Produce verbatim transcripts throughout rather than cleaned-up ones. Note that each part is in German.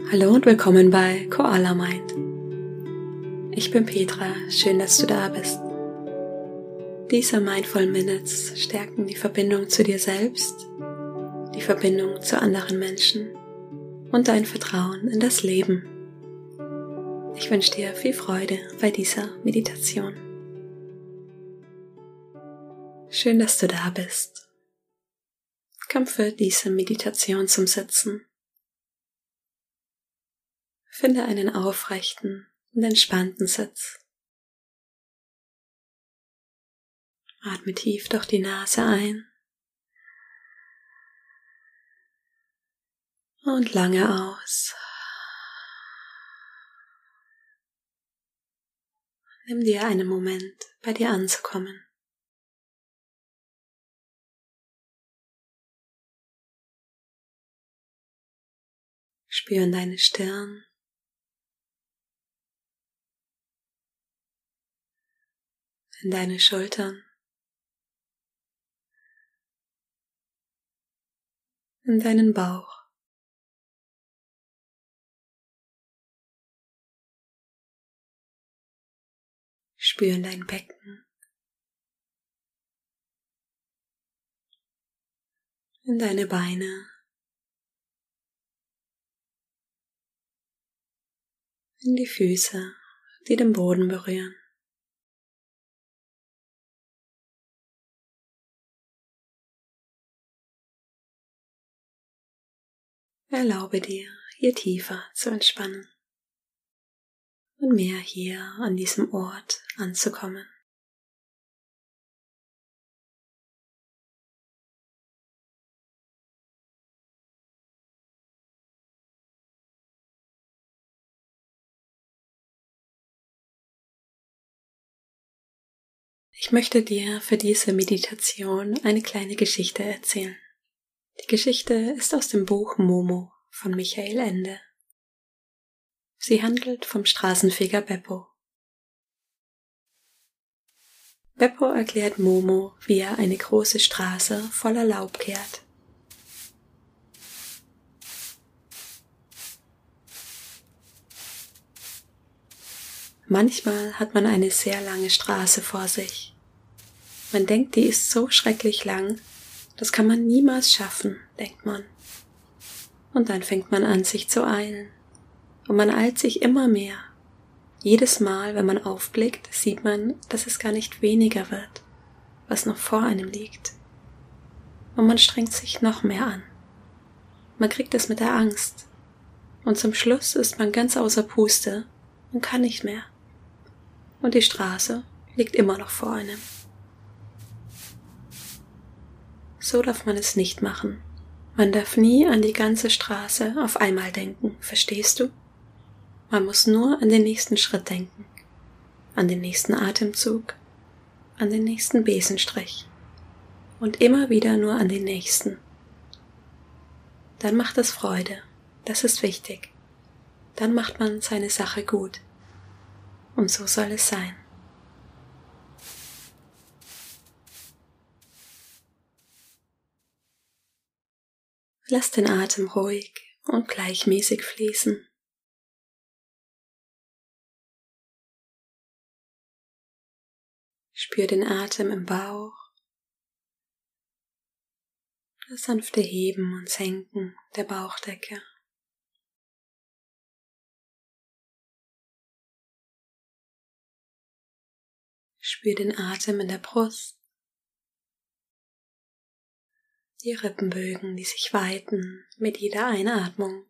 Hallo und willkommen bei Koala Mind. Ich bin Petra, schön, dass du da bist. Diese Mindful Minutes stärken die Verbindung zu dir selbst, die Verbindung zu anderen Menschen und dein Vertrauen in das Leben. Ich wünsche dir viel Freude bei dieser Meditation. Schön, dass du da bist. Komm für diese Meditation zum Sitzen. Finde einen aufrechten und entspannten Sitz. Atme tief durch die Nase ein und lange aus. Nimm dir einen Moment, bei dir anzukommen. Spür in deine Stirn, in deine Schultern, in deinen Bauch. Spür in dein Becken, in deine Beine, in die Füße, die den Boden berühren. Erlaube dir, hier tiefer zu entspannen und mehr hier an diesem Ort anzukommen. Ich möchte dir für diese Meditation eine kleine Geschichte erzählen. Die Geschichte ist aus dem Buch Momo von Michael Ende. Sie handelt vom Straßenfeger Beppo. Beppo erklärt Momo, wie er eine große Straße voller Laub kehrt. Manchmal hat man eine sehr lange Straße vor sich. Man denkt, die ist so schrecklich lang, das kann man niemals schaffen, denkt man. Und dann fängt man an, sich zu eilen. Und man eilt sich immer mehr. Jedes Mal, wenn man aufblickt, sieht man, dass es gar nicht weniger wird, was noch vor einem liegt. Und man strengt sich noch mehr an. Man kriegt es mit der Angst. Und zum Schluss ist man ganz außer Puste und kann nicht mehr. Und die Straße liegt immer noch vor einem. So darf man es nicht machen. Man darf nie an die ganze Straße auf einmal denken, verstehst du? Man muss nur an den nächsten Schritt denken, an den nächsten Atemzug, an den nächsten Besenstrich und immer wieder nur an den nächsten. Dann macht es Freude, das ist wichtig. Dann macht man seine Sache gut. Und so soll es sein. Lass den Atem ruhig und gleichmäßig fließen. Spür den Atem im Bauch, das sanfte Heben und Senken der Bauchdecke. Spür den Atem in der Brust, die Rippenbögen, die sich weiten mit jeder Einatmung.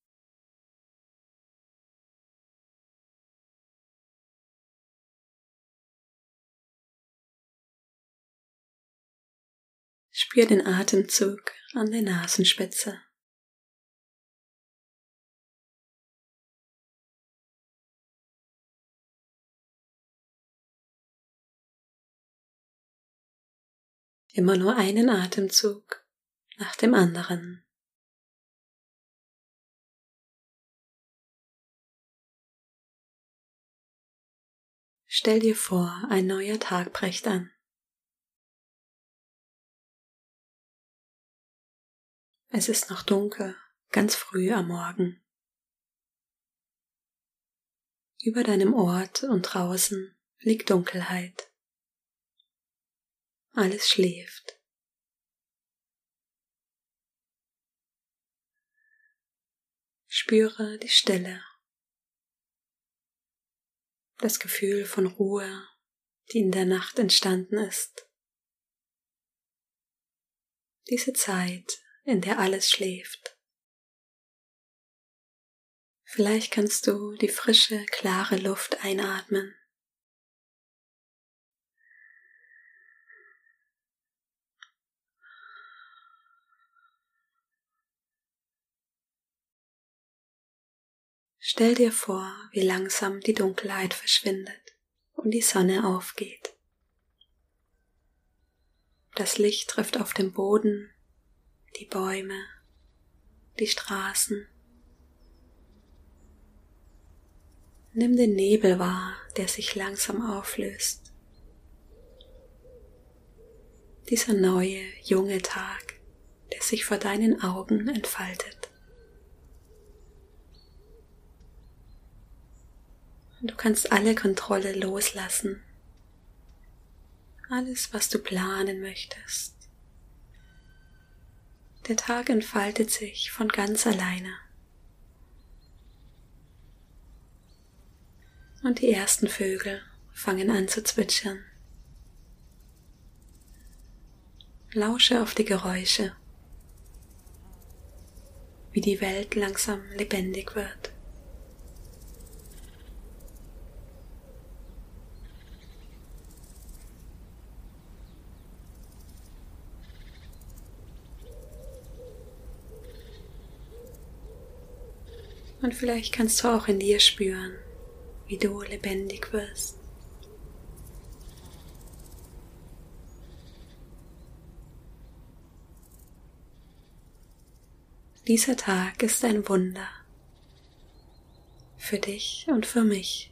Spür den Atemzug an der Nasenspitze. Immer nur einen Atemzug nach dem anderen. Stell dir vor, ein neuer Tag bricht an. Es ist noch dunkel, ganz früh am Morgen. Über deinem Ort und draußen liegt Dunkelheit. Alles schläft. Spüre die Stille, das Gefühl von Ruhe, die in der Nacht entstanden ist. Diese Zeit, in der alles schläft. Vielleicht kannst du die frische, klare Luft einatmen. Stell dir vor, wie langsam die Dunkelheit verschwindet und die Sonne aufgeht. Das Licht trifft auf den Boden, die Bäume, die Straßen. Nimm den Nebel wahr, der sich langsam auflöst. Dieser neue, junge Tag, der sich vor deinen Augen entfaltet. Und du kannst alle Kontrolle loslassen. Alles, was du planen möchtest. Der Tag entfaltet sich von ganz alleine. Und die ersten Vögel fangen an zu zwitschern. Lausche auf die Geräusche, wie die Welt langsam lebendig wird. Und vielleicht kannst du auch in dir spüren, wie du lebendig wirst. Dieser Tag ist ein Wunder. Für dich und für mich.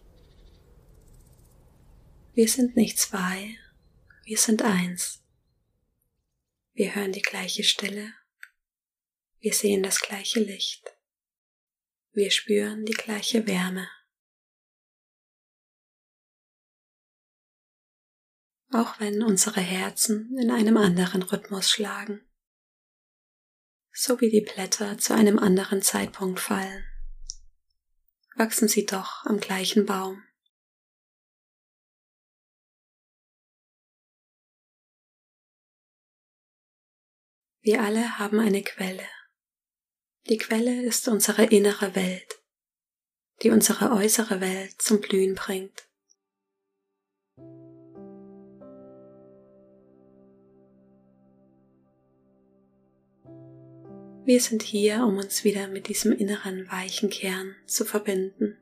Wir sind nicht zwei, wir sind eins. Wir hören die gleiche Stille. Wir sehen das gleiche Licht. Wir spüren die gleiche Wärme. Auch wenn unsere Herzen in einem anderen Rhythmus schlagen, so wie die Blätter zu einem anderen Zeitpunkt fallen, wachsen sie doch am gleichen Baum. Wir alle haben eine Quelle. Die Quelle ist unsere innere Welt, die unsere äußere Welt zum Blühen bringt. Wir sind hier, um uns wieder mit diesem inneren weichen Kern zu verbinden.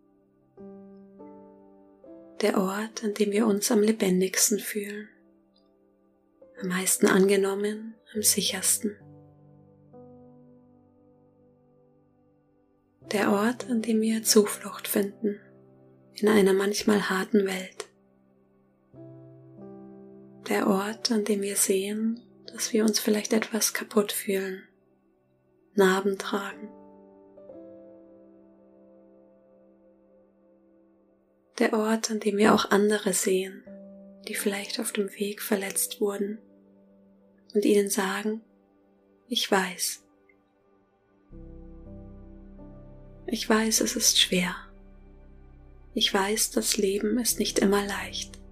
Der Ort, an dem wir uns am lebendigsten fühlen, am meisten angenommen, am sichersten. Der Ort, an dem wir Zuflucht finden, in einer manchmal harten Welt. Der Ort, an dem wir sehen, dass wir uns vielleicht etwas kaputt fühlen, Narben tragen. Der Ort, an dem wir auch andere sehen, die vielleicht auf dem Weg verletzt wurden und ihnen sagen, ich weiß. Ich weiß, es ist schwer. Ich weiß, das Leben ist nicht immer leicht.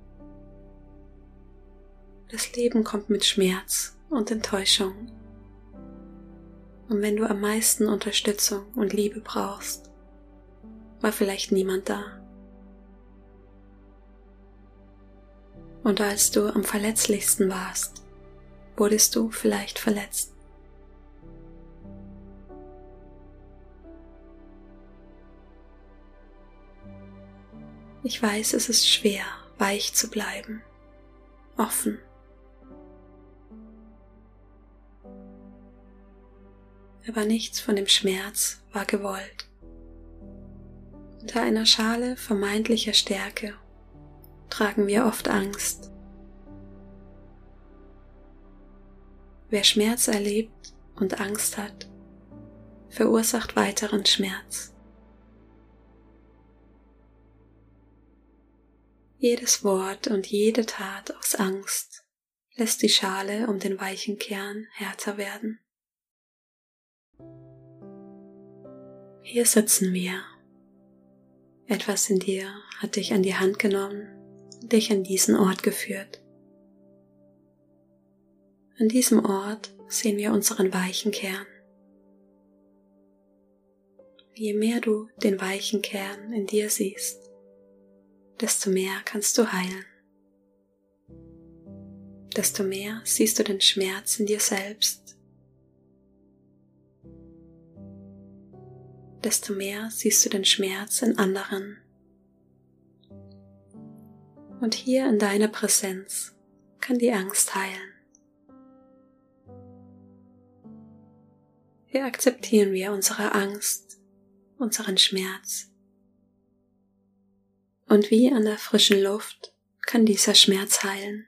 Das Leben kommt mit Schmerz und Enttäuschung. Und wenn du am meisten Unterstützung und Liebe brauchst, war vielleicht niemand da. Und als du am verletzlichsten warst, wurdest du vielleicht verletzt. Ich weiß, es ist schwer, weich zu bleiben, offen. Aber nichts von dem Schmerz war gewollt. Unter einer Schale vermeintlicher Stärke tragen wir oft Angst. Wer Schmerz erlebt und Angst hat, verursacht weiteren Schmerz. Jedes Wort und jede Tat aus Angst lässt die Schale um den weichen Kern härter werden. Hier sitzen wir. Etwas in dir hat dich an die Hand genommen und dich an diesen Ort geführt. An diesem Ort sehen wir unseren weichen Kern. Je mehr du den weichen Kern in dir siehst, desto mehr kannst du heilen. Desto mehr siehst du den Schmerz in dir selbst. Desto mehr siehst du den Schmerz in anderen. Und hier in deiner Präsenz kann die Angst heilen. Hier akzeptieren wir unsere Angst, unseren Schmerz. Und wie an der frischen Luft kann dieser Schmerz heilen.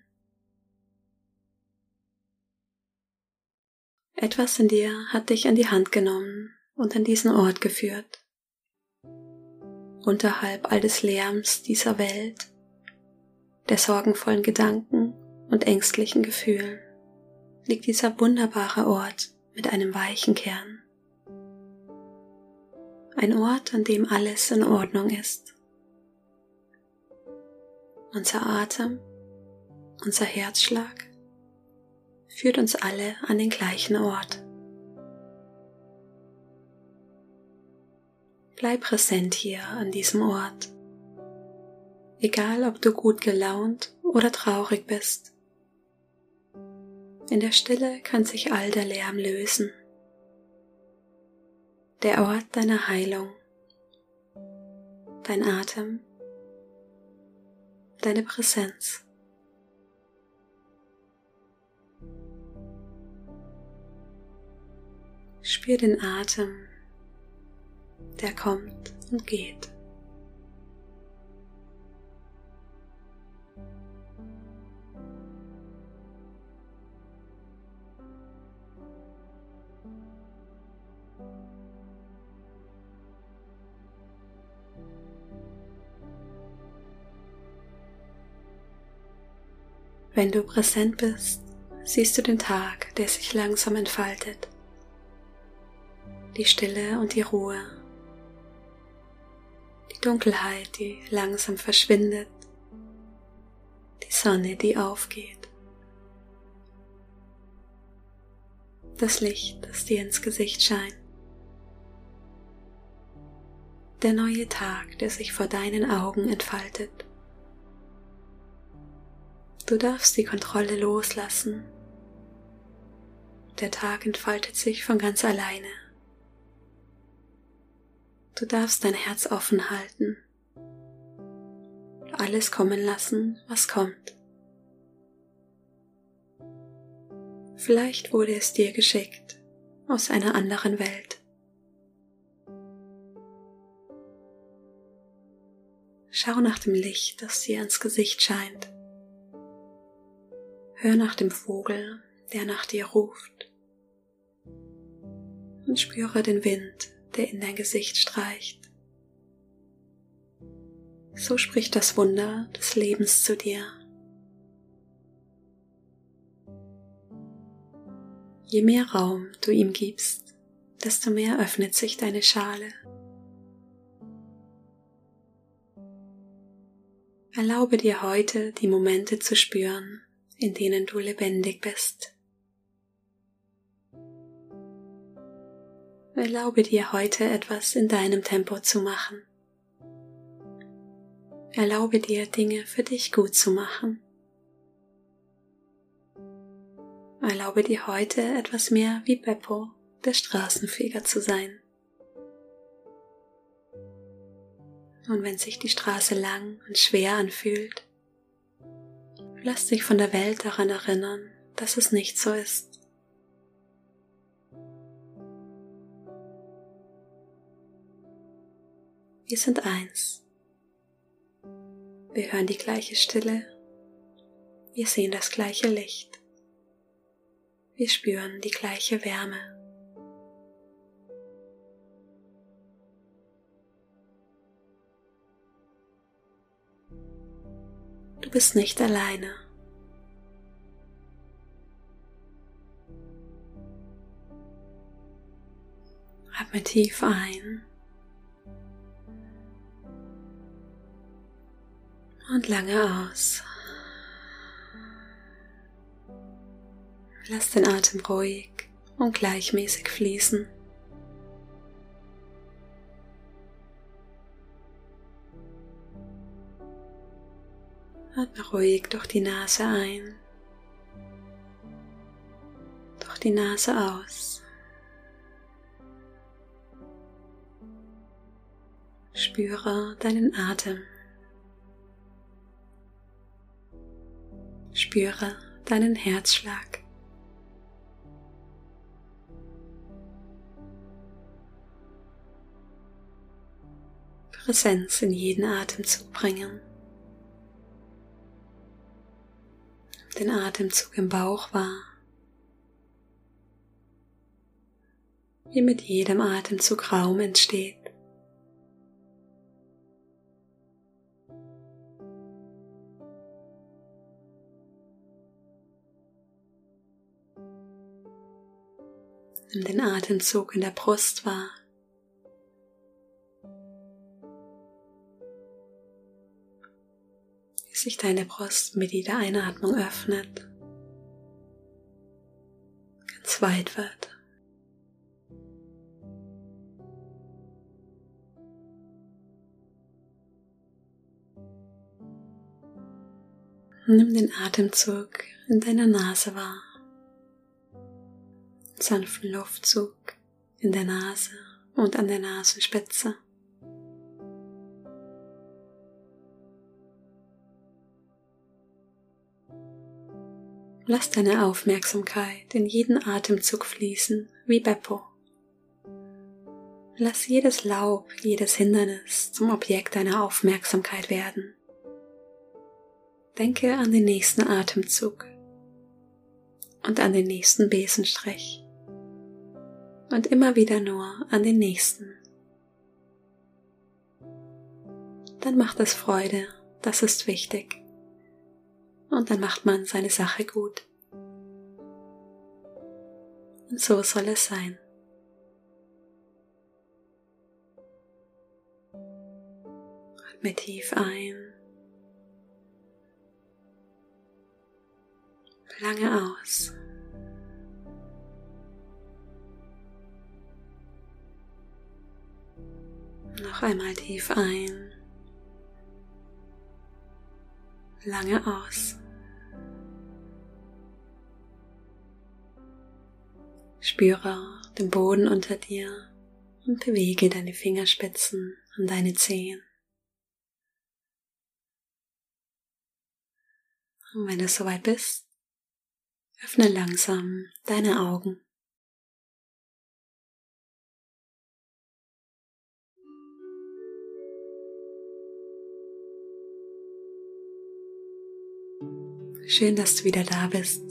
Etwas in dir hat dich an die Hand genommen und an diesen Ort geführt. Unterhalb all des Lärms dieser Welt, der sorgenvollen Gedanken und ängstlichen Gefühlen, liegt dieser wunderbare Ort mit einem weichen Kern. Ein Ort, an dem alles in Ordnung ist. Unser Atem, unser Herzschlag führt uns alle an den gleichen Ort. Bleib präsent hier an diesem Ort. Egal, ob du gut gelaunt oder traurig bist. In der Stille kann sich all der Lärm lösen. Der Ort deiner Heilung. Dein Atem. Deine Präsenz. Spür den Atem, der kommt und geht. Wenn du präsent bist, siehst du den Tag, der sich langsam entfaltet. Die Stille und die Ruhe. Die Dunkelheit, die langsam verschwindet. Die Sonne, die aufgeht. Das Licht, das dir ins Gesicht scheint. Der neue Tag, der sich vor deinen Augen entfaltet. Du darfst die Kontrolle loslassen. Der Tag entfaltet sich von ganz alleine. Du darfst dein Herz offen halten. Alles kommen lassen, was kommt. Vielleicht wurde es dir geschickt aus einer anderen Welt. Schau nach dem Licht, das dir ins Gesicht scheint. Hör nach dem Vogel, der nach dir ruft. Und spüre den Wind, der in dein Gesicht streicht. So spricht das Wunder des Lebens zu dir. Je mehr Raum du ihm gibst, desto mehr öffnet sich deine Schale. Erlaube dir heute, die Momente zu spüren, in denen du lebendig bist. Erlaube dir heute etwas in deinem Tempo zu machen. Erlaube dir Dinge für dich gut zu machen. Erlaube dir heute etwas mehr wie Beppo, der Straßenfeger, zu sein. Und wenn sich die Straße lang und schwer anfühlt, lass dich von der Welt daran erinnern, dass es nicht so ist. Wir sind eins. Wir hören die gleiche Stille. Wir sehen das gleiche Licht. Wir spüren die gleiche Wärme. Du bist nicht alleine. Atme tief ein und lange aus. Lass den Atem ruhig und gleichmäßig fließen. Atme ruhig durch die Nase ein, durch die Nase aus. Spüre deinen Atem. Spüre deinen Herzschlag. Präsenz in jeden Atemzug bringen. Den Atemzug im Bauch wahr. Wie mit jedem Atemzug Raum entsteht. Nimm den Atemzug in der Brust wahr. Wie sich deine Brust mit jeder Einatmung öffnet, ganz weit wird. Nimm den Atemzug in deiner Nase wahr. Sanften Luftzug in der Nase und an der Nasenspitze. Lass deine Aufmerksamkeit in jeden Atemzug fließen wie Beppo. Lass jedes Laub, jedes Hindernis zum Objekt deiner Aufmerksamkeit werden. Denke an den nächsten Atemzug und an den nächsten Besenstrich. Und immer wieder nur an den nächsten. Dann macht es Freude, das ist wichtig. Und dann macht man seine Sache gut. Und so soll es sein. Atme tief ein. Lange aus. Noch einmal tief ein, lange aus. Spüre den Boden unter dir und bewege deine Fingerspitzen an deine Zehen. Und wenn du soweit bist, öffne langsam deine Augen. Schön, dass du wieder da bist.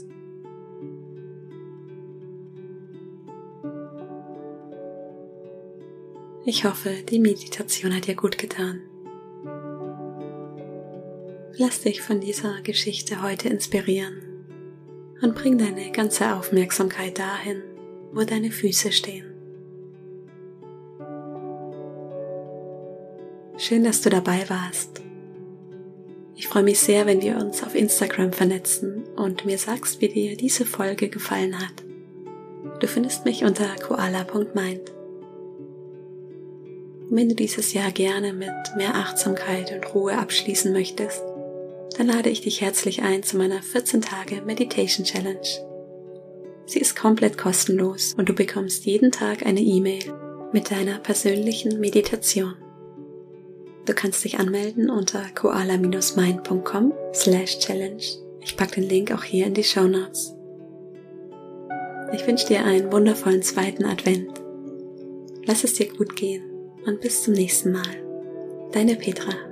Ich hoffe, die Meditation hat dir gut getan. Lass dich von dieser Geschichte heute inspirieren und bring deine ganze Aufmerksamkeit dahin, wo deine Füße stehen. Schön, dass du dabei warst. Ich freue mich sehr, wenn wir uns auf Instagram vernetzen und mir sagst, wie dir diese Folge gefallen hat. Du findest mich unter koala punkt mind. Und wenn du dieses Jahr gerne mit mehr Achtsamkeit und Ruhe abschließen möchtest, dann lade ich dich herzlich ein zu meiner vierzehn Tage Meditation Challenge. Sie ist komplett kostenlos und du bekommst jeden Tag eine E-Mail mit deiner persönlichen Meditation. Du kannst dich anmelden unter koala Bindestrich mind punkt com slash challenge. Ich packe den Link auch hier in die Shownotes. Ich wünsche dir einen wundervollen zweiten Advent. Lass es dir gut gehen und bis zum nächsten Mal. Deine Petra.